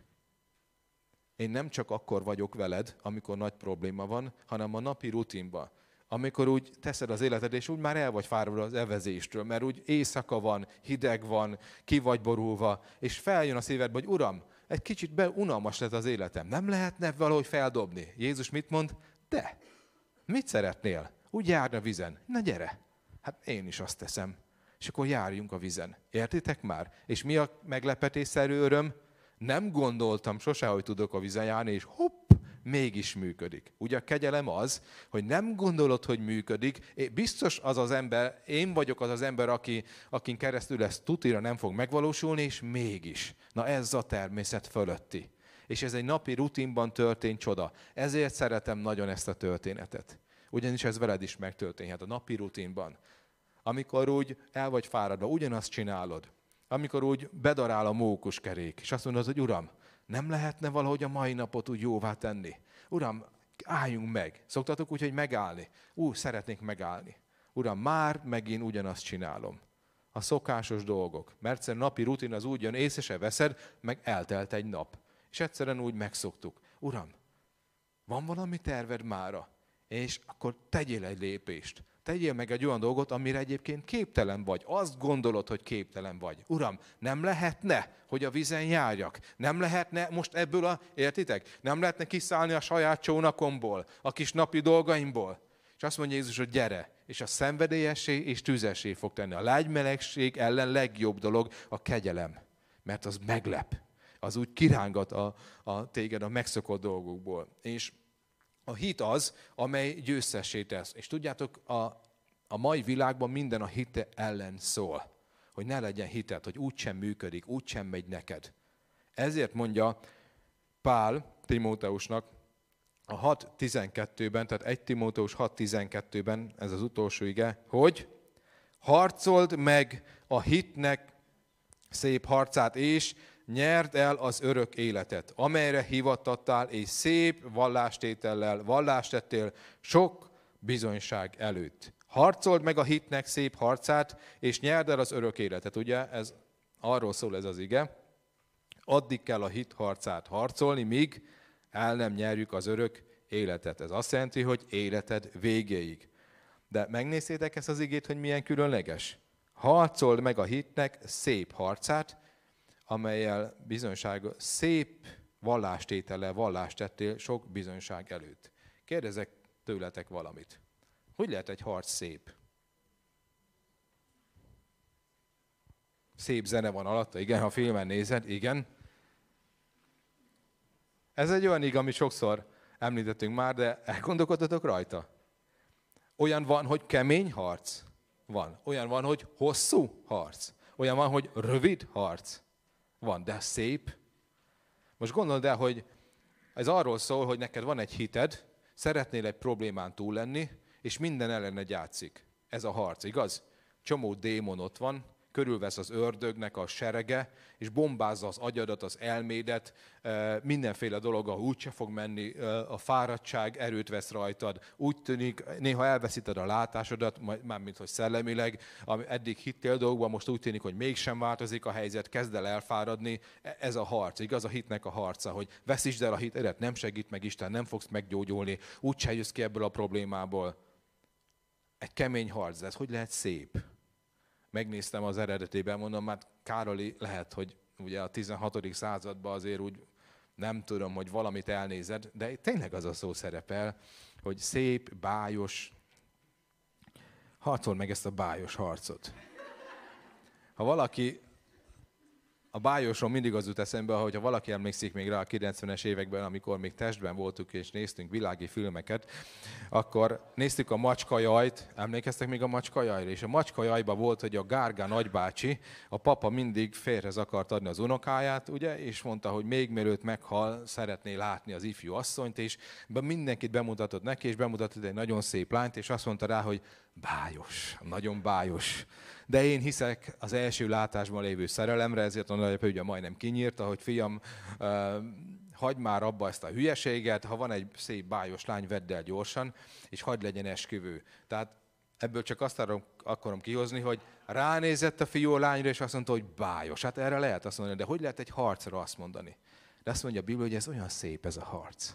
Én nem csak akkor vagyok veled, amikor nagy probléma van, hanem a napi rutinban. Amikor úgy teszed az életed, és úgy már el vagy fáradva az evezéstől, mert úgy éjszaka van, hideg van, ki vagy borulva, és feljön a szívedbe, hogy Uram, egy kicsit unalmas lett az életem. Nem lehetne valahogy feldobni? Jézus mit mond? De, mit szeretnél? Úgy járni a vízen. Na gyere! Hát én is azt teszem. És akkor járjunk a vízen. Értitek már? És mi a meglepetésszerű öröm? Nem gondoltam sose, hogy tudok a vízen járni, és hopp, mégis működik. Ugye a kegyelem az, hogy nem gondolod, hogy működik, biztos az az ember, én vagyok az az ember, akin keresztül ez tutira nem fog megvalósulni, és mégis. Na ez a természet fölötti. És ez egy napi rutinban történt csoda. Ezért szeretem nagyon ezt a történetet. Ugyanis ez veled is megtörténhet a napi rutinban. Amikor úgy el vagy fáradva, ugyanazt csinálod. Amikor úgy bedarál a mókuskerék, és azt mondod, hogy Uram, nem lehetne valahogy a mai napot úgy jóvá tenni? Uram, álljunk meg. Szoktatok úgy, hogy megállni. Szeretnék megállni. Uram, már megint ugyanazt csinálom. A szokásos dolgok. Mert egyszerűen napi rutin az úgy jön, észre se veszed, meg eltelt egy nap. És egyszerűen úgy megszoktuk. Uram, van valami terved mára? És akkor tegyél egy lépést. Tegyél meg egy olyan dolgot, amire egyébként képtelen vagy. Azt gondolod, hogy képtelen vagy. Uram, nem lehetne, hogy a vízen járjak? Nem lehetne most ebből értitek? Nem lehetne kiszállni a saját csónakomból, a kis napi dolgaimból? És azt mondja Jézus, hogy gyere, és a szenvedélyessé és tüzessé fog tenni. A lágymelegség ellen legjobb dolog a kegyelem, mert az meglep. Az úgy kirángat a téged a megszokott dolgokból. És a hit az, amely győztessé tesz. És tudjátok, a mai világban minden a hite ellen szól. Hogy ne legyen hited, hogy úgysem működik, úgysem megy neked. Ezért mondja Pál Timóteusnak a 6.12-ben, tehát 1 Timóteus 6.12-ben, ez az utolsó ige, hogy harcold meg a hitnek szép harcát, és nyerd el az örök életet, amelyre hivattattál, és szép vallástétellel vallást tettél sok bizonyság előtt. Harcold meg a hitnek szép harcát, és nyerd el az örök életet. Ugye, ez arról szól ez az ige. Addig kell a hit harcát harcolni, míg el nem nyerjük az örök életet. Ez azt jelenti, hogy életed végéig. De megnézzétek ezt az igét, hogy milyen különleges? Harcold meg a hitnek szép harcát, amellyel szép vallástétellel vallást tettél sok bizonyság előtt. Kérdezek tőletek valamit. Hogy lehet egy harc szép? Szép zene van alatta, igen, ha filmen nézed, igen. Ez egy olyan ig, amit sokszor említettünk már, de elgondolkodtatok rajta? Olyan van, hogy kemény harc? Van. Olyan van, hogy hosszú harc? Olyan van, hogy rövid harc? Van, de szép. Most gondold el, hogy ez arról szól, hogy neked van egy hited, szeretnél egy problémán túl lenni, és minden ellened játszik. Ez a harc, igaz? Csomó démon ott van, körülvesz az ördögnek a serege, és bombázza az agyadat, az elmédet, mindenféle dolog, úgyse fog menni, a fáradtság erőt vesz rajtad, úgy tűnik, néha elveszíted a látásodat, mármint hogy szellemileg, eddig hittél dolgokban, most úgy tűnik, hogy mégsem változik a helyzet, kezd el elfáradni, ez a harc, igaz? A hitnek a harca, hogy veszítsd el a hitedet, nem segít meg Isten, nem fogsz meggyógyulni, úgyse jössz ki ebből a problémából. Egy kemény harc, de ez hogy lehet szép? Megnéztem az eredetében, mondom, hát Károli lehet, hogy ugye a 16. században azért úgy nem tudom, hogy valamit elnézed, de tényleg az a szó szerepel, hogy szép, bájos, harcol meg ezt a bájos harcot. Ha valaki, a bájosról mindig az jut eszembe, hogyha valaki emlékszik még rá a 90-es években, amikor még testben voltunk és néztünk világi filmeket, akkor néztük a Macskajajt, emlékeztek még a Macskajajra? És a Macskajajban volt, hogy a Gárgá nagybácsi, a papa mindig férhez akart adni az unokáját, ugye, és mondta, hogy még mielőtt meghal, szeretné látni az ifjú asszonyt, és mindenkit bemutatott neki, és bemutatott egy nagyon szép lányt, és azt mondta rá, hogy bájos, nagyon bájos. De én hiszek az első látásban lévő szerelemre, ezért a nagyapja ugye majdnem kinyírta, hogy fiam, hagyd már abba ezt a hülyeséget, ha van egy szép bájos lány, vedd el gyorsan, és hagyd legyen esküvő. Tehát ebből csak azt akarom kihozni, hogy ránézett a fiú a lányra, és azt mondta, hogy bájos. Hát erre lehet azt mondani, de hogy lehet egy harcra azt mondani? De azt mondja a Biblia, hogy ez olyan szép ez a harc.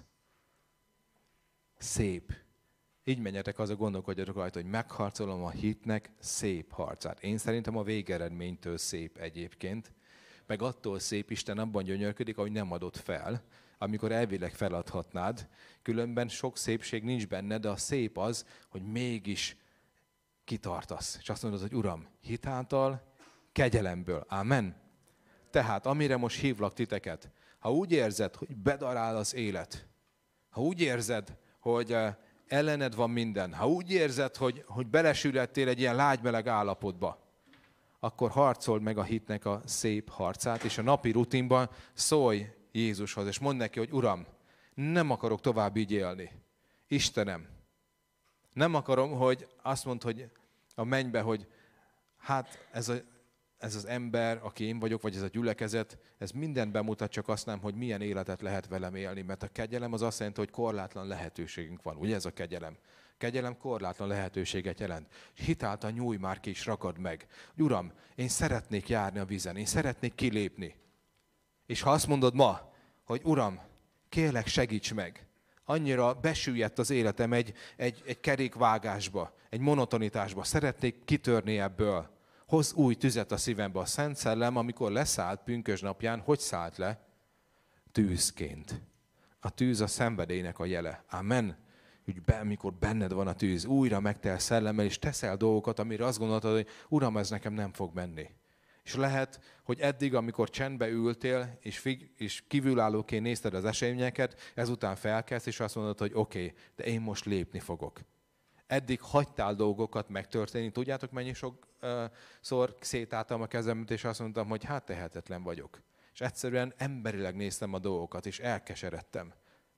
Szép. Így menjetek haza, gondolkodjatok rajta, hogy megharcolom a hitnek szép harcát. Én szerintem a végeredménytől szép egyébként, meg attól szép, Isten abban gyönyörködik, ahogy nem adott fel, amikor elvileg feladhatnád, különben sok szépség nincs benne, de a szép az, hogy mégis kitartasz. És azt mondod, hogy Uram, hit által, kegyelemből. Amen. Tehát, amire most hívlak titeket, ha úgy érzed, hogy bedarál az élet, ha úgy érzed, hogy ellened van minden, ha úgy érzed, hogy belesüllettél egy ilyen lágymeleg állapotba, akkor harcold meg a hitnek a szép harcát, és a napi rutinban szólj Jézushoz, és mondd neki, hogy Uram, nem akarok tovább így élni. Istenem, nem akarom, hogy azt mondd, hogy a mennybe, hogy hát ez az ember, aki én vagyok, vagy ez a gyülekezet, ez mindent bemutat, csak azt nem, hogy milyen életet lehet velem élni. Mert a kegyelem az azt jelenti, hogy korlátlan lehetőségünk van. Ugye ez a kegyelem? Kegyelem korlátlan lehetőséget jelent. Hitáltal nyújj már ki és ragad meg. Uram, én szeretnék járni a vízen, én szeretnék kilépni. És ha azt mondod ma, hogy Uram, kérlek segíts meg, annyira besüllyedt az életem egy kerékvágásba, egy monotonitásba, szeretnék kitörni ebből. Hozz új tüzet a szívembe. A Szent Szellem, amikor leszállt pünkösd napján, hogy szállt le? Tűzként. A tűz a szenvedélynek a jele. Amen. hogy amikor benned van a tűz, újra megtelsz szellemmel, és teszel dolgokat, amire azt gondolod, hogy Uram, ez nekem nem fog menni. És lehet, hogy eddig, amikor csendbe ültél, és kívülállóként nézted az eseményeket, ezután felkelsz, és azt mondod, hogy oké, de én most lépni fogok. Eddig hagytál dolgokat megtörténni. Tudjátok, mennyi sokszor szétáltam a kezemet, és azt mondtam, hogy hát tehetetlen vagyok. És egyszerűen emberileg néztem a dolgokat, és elkeseredtem.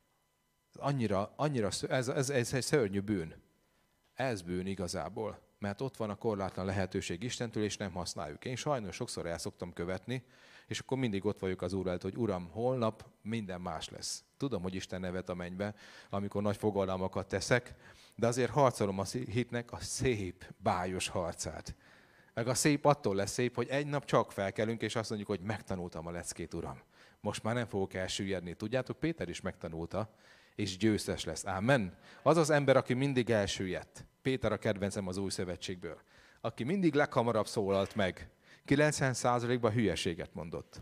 Ez egy szörnyű bűn. Ez bűn igazából. Mert ott van a korlátlan lehetőség Istentől, és nem használjuk. Én sajnos sokszor el szoktam követni, és akkor mindig ott vagyok az Úr előtt, hogy Uram, holnap minden más lesz. Tudom, hogy Isten nevet a mennybe, amikor nagy fogadalmakat teszek, de azért harcolom a hitnek a szép, bájos harcát. Meg a szép attól lesz szép, hogy egy nap csak felkelünk, és azt mondjuk, hogy megtanultam a leckét, Uram. Most már nem fogok elsüllyedni. Tudjátok, Péter is megtanulta, és győztes lesz. Ámen. Az az ember, aki mindig elsüllyedt. Péter a kedvencem az Új Szövetségből. Aki mindig leghamarabb szólalt meg. 90%-ban hülyeséget mondott.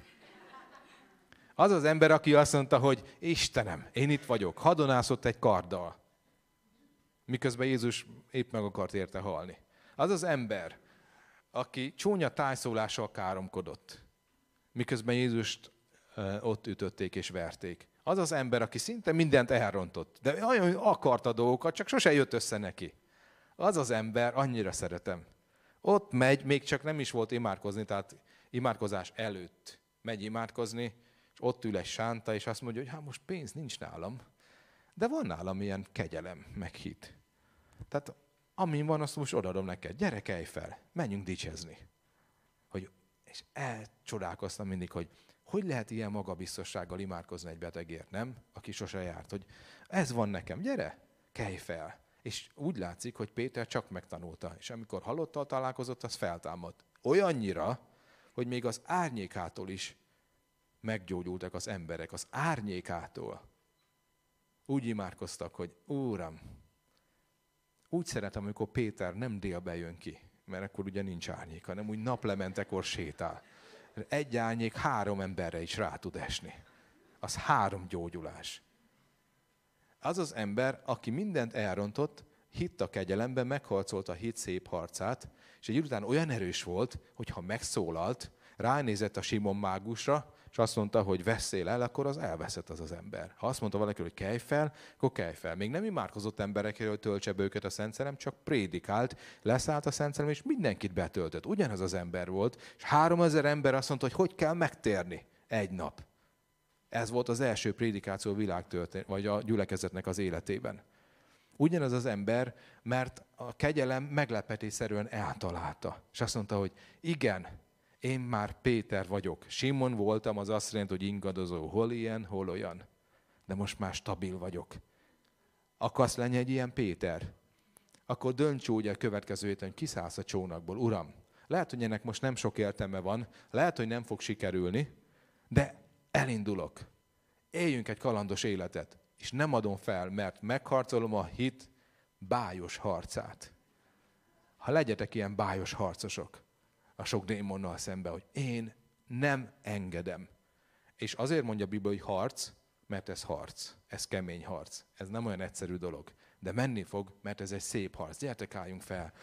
Az az ember, aki azt mondta, hogy Istenem, én itt vagyok. Hadonászott egy karddal. Miközben Jézus épp meg akart érte halni. Az az ember, aki csúnya tájszólással káromkodott. Miközben Jézust ott ütötték és verték. Az az ember, aki szinte mindent elrontott, de olyan akarta dolgokat, csak sose jött össze neki. Az az ember, annyira szeretem. Ott megy, még csak nem is volt imádkozni, tehát imádkozás előtt megy imádkozni, és ott ül egy sánta, és azt mondja, hogy hát most pénz nincs nálam, de van nálam ilyen kegyelem, meg hit. Tehát amin van, azt most odaadom neked. Gyere, kelj fel, menjünk dicsezni. És elcsodálkoztam mindig, hogy lehet ilyen magabiztossággal imádkozni egy betegért, nem? Aki sose járt, hogy ez van nekem, gyere, kelj fel. És úgy látszik, hogy Péter csak megtanulta, és amikor halottal találkozott, az feltámadt. Olyannyira, hogy még az árnyékától is meggyógyultak az emberek, az árnyékától. Úgy imádkoztak, hogy Úram, úgy szeretem, amikor Péter nem délbe jön ki, mert akkor ugye nincs árnyék, hanem úgy naplementekor sétál. Egy árnyék 3 emberre is rá tud esni. Az 3 gyógyulás. Az az ember, aki mindent elrontott, hitt a kegyelemben, megharcolta a hit szép harcát, és egy idő után olyan erős volt, hogy ha megszólalt, ránézett a Simon mágusra, és azt mondta, hogy vesszél el, akkor az elveszett az ember. Ha azt mondta valaki, hogy kelj fel, akkor kelj fel. Még nem imádkozott emberekről, hogy töltse be őket a Szent Szellem, csak prédikált, leszállt a Szent Szellem, és mindenkit betöltött. Ugyanaz az ember volt, és 3000 ember azt mondta, hogy kell megtérni egy nap. Ez volt az első prédikáció vagy a gyülekezetnek az életében. Ugyanaz az ember, mert a kegyelem meglepetésszerűen eltalálta. És azt mondta, hogy igen, én már Péter vagyok. Simon voltam, az azt jelenti, hogy ingadozó, hol ilyen, hol olyan. De most már stabil vagyok. Akarsz lenni egy ilyen Péter? Akkor dönts úgy a következő héten, hogy kiszállsz a csónakból. Uram, lehet, hogy ennek most nem sok értelme van, lehet, hogy nem fog sikerülni, de elindulok. Éljünk egy kalandos életet, és nem adom fel, mert megharcolom a hit bájos harcát. Ha legyetek ilyen bájos harcosok a sok démonnal szemben, hogy én nem engedem. És azért mondja a Biblia, hogy harc, mert ez harc. Ez kemény harc. Ez nem olyan egyszerű dolog. De menni fog, mert ez egy szép harc. Gyertek, álljunk fel.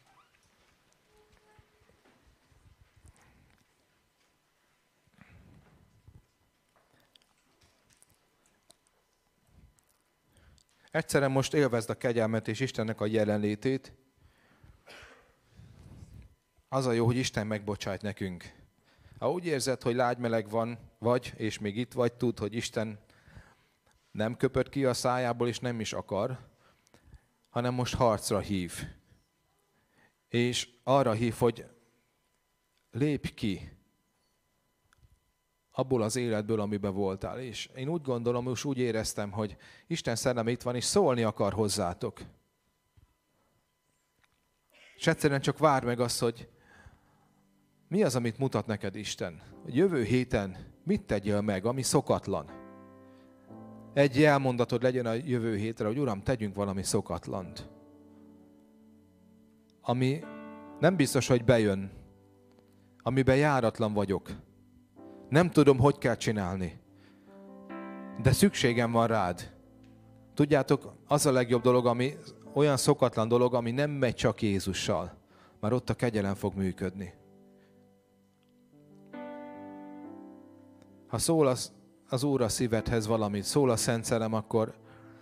Egyszerűen most élvezd a kegyelmet és Istennek a jelenlétét. Az a jó, hogy Isten megbocsájt nekünk. Ha úgy érzed, hogy lágymeleg vagy, és még itt vagy, tudd, hogy Isten nem köpött ki a szájából, és nem is akar, hanem most harcra hív. És arra hív, hogy lépj ki abból az életből, amiben voltál. És én úgy gondolom, és úgy éreztem, hogy Isten szelleme itt van, és szólni akar hozzátok. És egyszerűen csak várd meg azt, hogy mi az, amit mutat neked Isten. Jövő héten mit tegyél meg, ami szokatlan. Egy jelmondatod legyen a jövő hétre, hogy Uram, tegyünk valami szokatlant. Ami nem biztos, hogy bejön. Amiben járatlan vagyok. Nem tudom, hogy kell csinálni. De szükségem van rád. Tudjátok, az a legjobb dolog, ami olyan szokatlan dolog, ami nem megy csak Jézussal. Már ott a kegyelem fog működni. Ha szól az Úr a szívedhez valamit, szól a Szent Szellem, akkor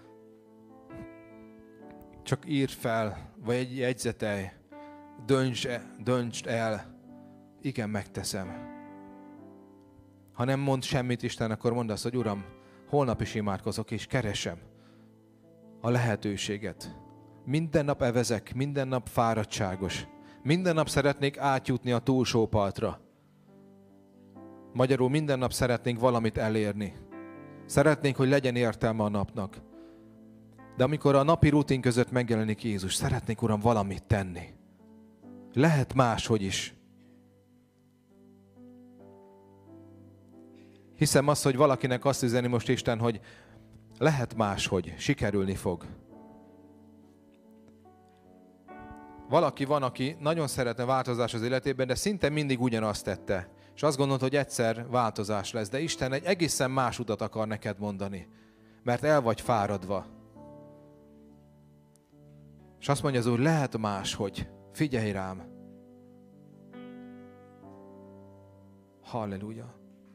csak írd fel, vagy egy jegyzetelj, döntsd el, igen, megteszem. Ha nem mond semmit Isten, akkor mondd azt, hogy Uram, holnap is imádkozok, és keresem a lehetőséget. Minden nap evezek, minden nap fáradtságos. Minden nap szeretnék átjutni a túlsó partra. Magyarul minden nap szeretnénk valamit elérni. Szeretnénk, hogy legyen értelme a napnak. De amikor a napi rutin között megjelenik Jézus, szeretnék, Uram, valamit tenni. Lehet máshogy is. Hiszem azt, hogy valakinek azt üzeni most Isten, hogy lehet máshogy, sikerülni fog. Valaki van, aki nagyon szeretne változás az életében, de szinte mindig ugyanazt tette. És azt gondolt, hogy egyszer változás lesz. De Isten egy egészen más utat akar neked mondani. Mert el vagy fáradva. És azt mondja az Úr, lehet máshogy. Figyelj rám. Halleluja.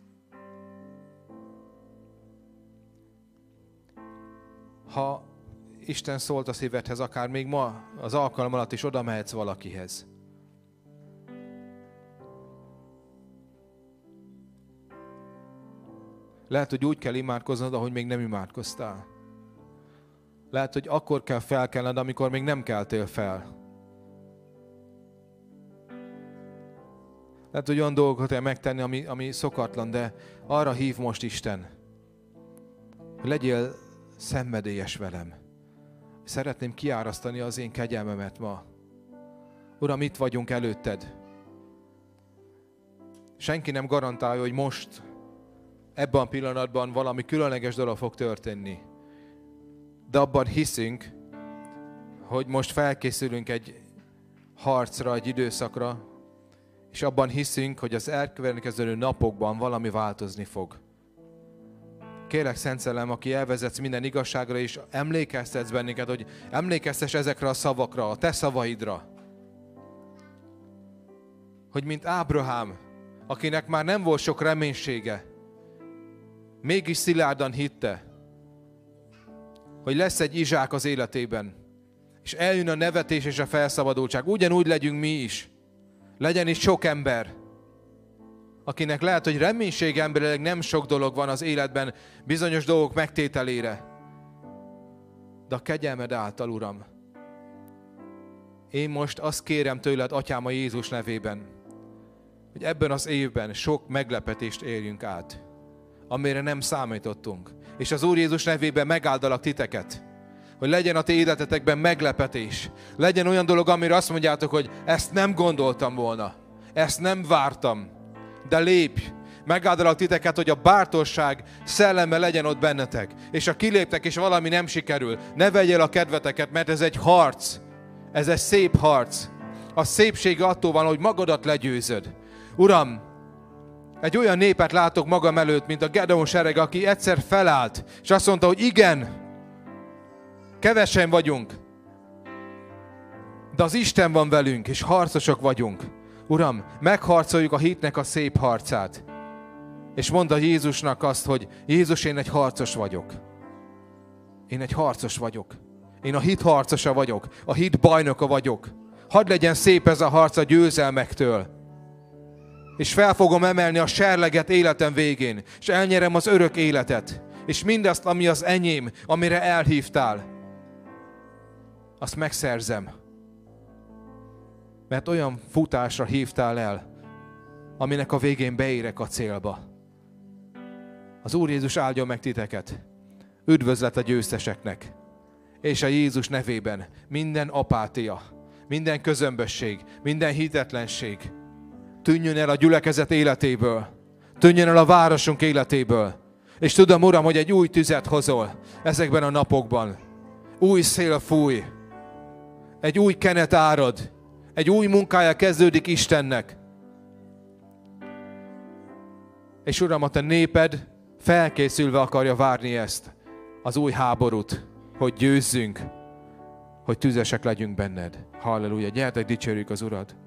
Ha Isten szólt a szívedhez, akár még ma az alkalom alatt is oda mehetsz valakihez. Lehet, hogy úgy kell imádkoznod, ahogy még nem imádkoztál. Lehet, hogy akkor kell felkelned, amikor még nem keltél fel. Lehet, hogy olyan dolgokat kell megtenni, ami szokatlan, de arra hív most Isten, hogy legyél szenvedélyes velem. Szeretném kiárasztani az én kegyelmemet ma. Uram, itt vagyunk előtted. Senki nem garantálja, hogy most, ebben a pillanatban valami különleges dolog fog történni. De abban hiszünk, hogy most felkészülünk egy harcra, egy időszakra, és abban hiszünk, hogy az elkövetkező napokban valami változni fog. Kérlek, Szent Szellem, aki elvezetsz minden igazságra, és emlékeztetsz bennünket, hogy emlékeztess ezekre a szavakra, a te szavaidra. Hogy mint Ábrahám, akinek már nem volt sok reménysége, mégis szilárdan hitte, hogy lesz egy Izsák az életében, és eljön a nevetés és a felszabadultság. Ugyanúgy legyünk mi is. Legyen is sok ember, akinek lehet, hogy reménysége emberileg nem sok dolog van az életben bizonyos dolgok megtételére. De a kegyelmed által, Uram, én most azt kérem tőled, Atyám, a Jézus nevében, hogy ebben az évben sok meglepetést érjünk át, amire nem számítottunk. És az Úr Jézus nevében megáldalak titeket, hogy legyen a ti életetekben meglepetés. Legyen olyan dolog, amire azt mondjátok, hogy ezt nem gondoltam volna, ezt nem vártam, de lépj! Megáldalak titeket, hogy a bátorság szelleme legyen ott bennetek. És ha kiléptek, és valami nem sikerül, ne vegyél a kedveteket, mert ez egy harc. Ez egy szép harc. A szépsége attól van, hogy magadat legyőzöd. Uram, egy olyan népet látok magam előtt, mint a Gedeon sereg, aki egyszer felállt, és azt mondta, hogy igen, kevesen vagyunk, de az Isten van velünk, és harcosok vagyunk. Uram, megharcoljuk a hitnek a szép harcát. És mondd a Jézusnak azt, hogy Jézus, én egy harcos vagyok. Én egy harcos vagyok. Én a hit harcosa vagyok. A hit bajnoka vagyok. Hadd legyen szép ez a harc a győzelmektől. És fel fogom emelni a serleget életem végén. És elnyerem az örök életet. És mindazt, ami az enyém, amire elhívtál, azt megszerzem. Mert olyan futásra hívtál el, aminek a végén beérek a célba. Az Úr Jézus áldjon meg titeket. Üdvözlet a győzteseknek. És a Jézus nevében minden apátia, minden közömbösség, minden hitetlenség tűnjön el a gyülekezet életéből. Tűnjön el a városunk életéből. És tudom, Uram, hogy egy új tüzet hozol ezekben a napokban. Új szél fúj. Egy új kenet árad. Egy új munkája kezdődik Istennek. És Uram, a te néped felkészülve akarja várni ezt, az új háborút. hogy győzzünk, hogy tüzesek legyünk benned. Halleluja, gyertek, dicsérjük az Urat!